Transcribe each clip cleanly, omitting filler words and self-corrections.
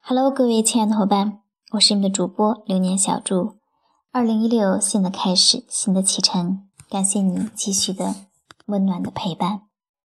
Hello， 各位亲爱的伙伴，我是你们的主播流年小筑。2016新的开始，新的启程，感谢你继续的温暖的陪伴。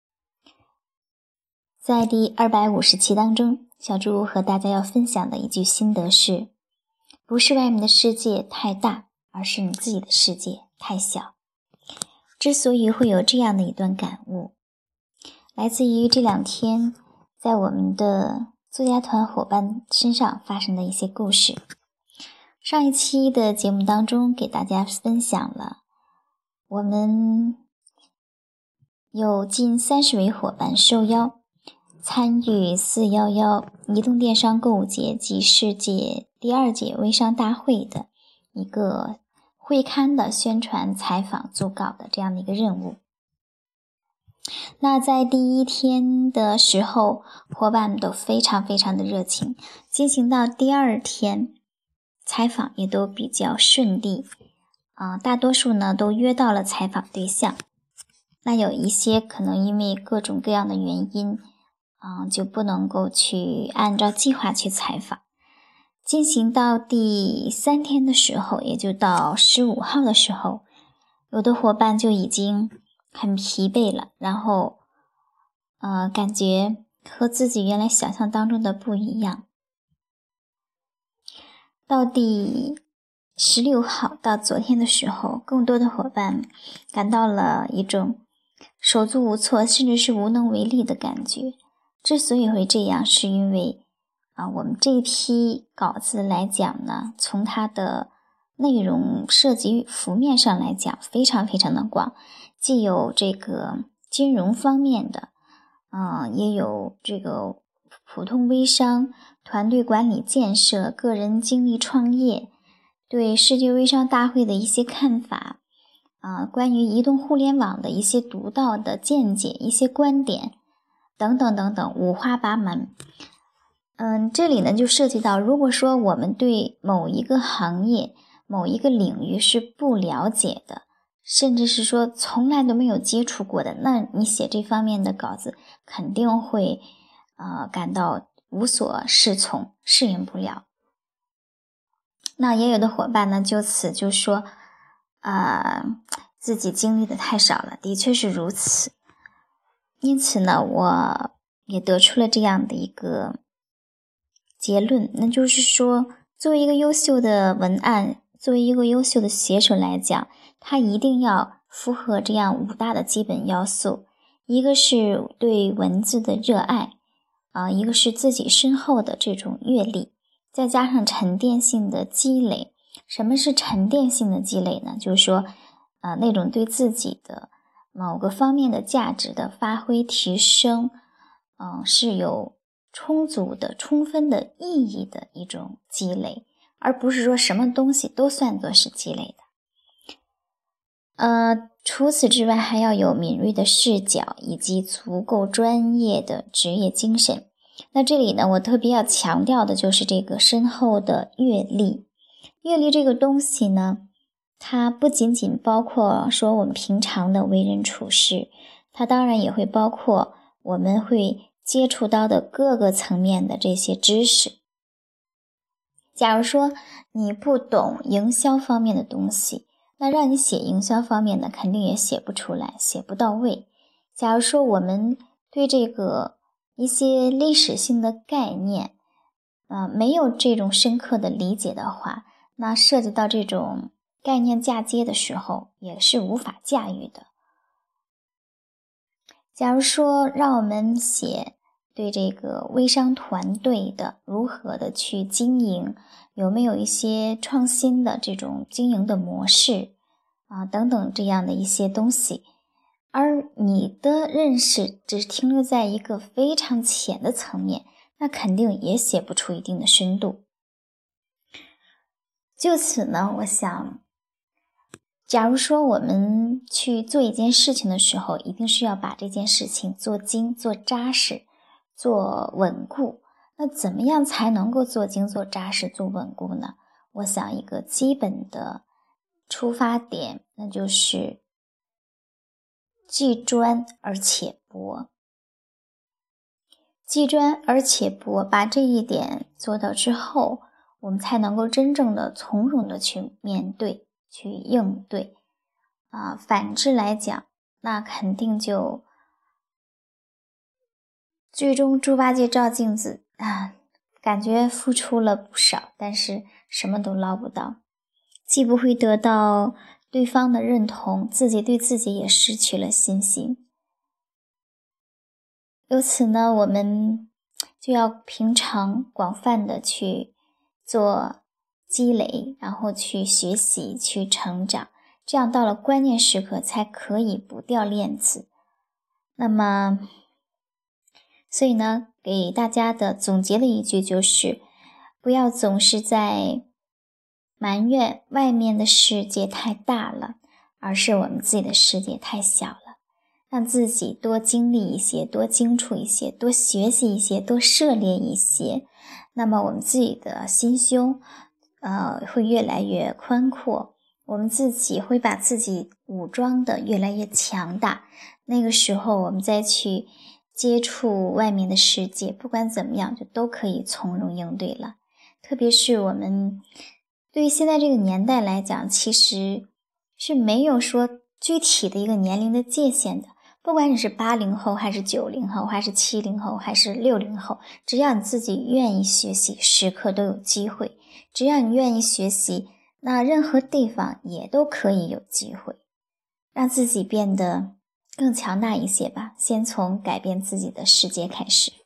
在第250期当中，小筑和大家要分享的一句心得是：不是外面的世界太大，而是你自己的世界太小。之所以会有这样的一段感悟，来自于这2天在我们的作家团伙伴身上发生的一些故事。上一期的节目当中给大家分享了我们有近30位伙伴受邀参与411移动电商购物节及世界第2届微商大会的一个会刊的宣传采访组稿的这样的一个任务。那在第1天的时候，伙伴们都非常的热情，进行到第2天，采访也都比较顺利，大多数呢都约到了采访对象。那有一些可能因为各种各样的原因，就不能够去按照计划去采访。进行到第3天的时候，也就到15号的时候，有的伙伴就已经很疲惫了，然后感觉和自己原来想象当中的不一样。到第16号到昨天的时候，更多的伙伴感到了一种手足无措，甚至是无能为力的感觉。之所以会这样，是因为我们这一批稿子来讲呢，从它的内容涉及幅面上来讲非常的广，既有这个金融方面的，也有这个普通微商、团队管理建设、个人经历创业，对世界微商大会的一些看法，关于移动互联网的一些独到的见解、一些观点等等，五花八门。这里呢就涉及到，如果说我们对某一个行业、某一个领域是不了解的，甚至是说从来都没有接触过的，那你写这方面的稿子肯定会感到无所适从，适应不了。那也有的伙伴呢就此就说自己经历的太少了，的确是如此。因此呢，我也得出了这样的一个结论，那就是说，作为一个优秀的文案，作为一个优秀的写手来讲，他一定要符合这样5大的基本要素。一个是对文字的热爱，一个是自己深厚的这种阅历，再加上沉淀性的积累。什么是沉淀性的积累呢？就是说那种对自己的某个方面的价值的发挥提升，是有充足的充分的意义的一种积累，而不是说什么东西都算作是积累的。除此之外，还要有敏锐的视角以及足够专业的职业精神。那这里呢，我特别要强调的就是这个深厚的阅历。阅历这个东西呢，它不仅仅包括说我们平常的为人处事，它当然也会包括我们会接触到的各个层面的这些知识。假如说你不懂营销方面的东西，那让你写营销方面的肯定也写不出来，写不到位。假如说我们对这个一些历史性的概念没有这种深刻的理解的话，那涉及到这种概念嫁接的时候也是无法驾驭的。假如说让我们写对这个微商团队的如何的去经营，有没有一些创新的这种经营的模式等等这样的一些东西，而你的认识只停留在一个非常浅的层面，那肯定也写不出一定的深度。就此呢，我想假如说我们去做一件事情的时候，一定是要把这件事情做精、做扎实、做稳固。那怎么样才能够做精、做扎实、做稳固呢？我想一个基本的出发点，那就是既专而且博。 既专而且博，把这一点做到之后，我们才能够真正的从容的去面对，去应对。反之来讲，那肯定就最终猪八戒照镜子感觉付出了不少，但是什么都捞不到，既不会得到对方的认同，自己对自己也失去了信心。由此呢，我们就要平常广泛的去做积累，然后去学习，去成长，这样到了关键时刻才可以不掉链子。那么所以呢，给大家的总结的一句就是，不要总是在埋怨外面的世界太大了，而是我们自己的世界太小了。让自己多经历一些，多接触一些，多学习一些，多涉猎一些，那么我们自己的心胸会越来越宽阔，我们自己会把自己武装的越来越强大。那个时候我们再去接触外面的世界，不管怎么样就都可以从容应对了。特别是我们对于现在这个年代来讲，其实是没有说具体的一个年龄的界限的，不管你是80后还是90后还是70后还是60后，只要你自己愿意学习，时刻都有机会。只要你愿意学习，那任何地方也都可以有机会。让自己变得更强大一些吧，先从改变自己的世界开始。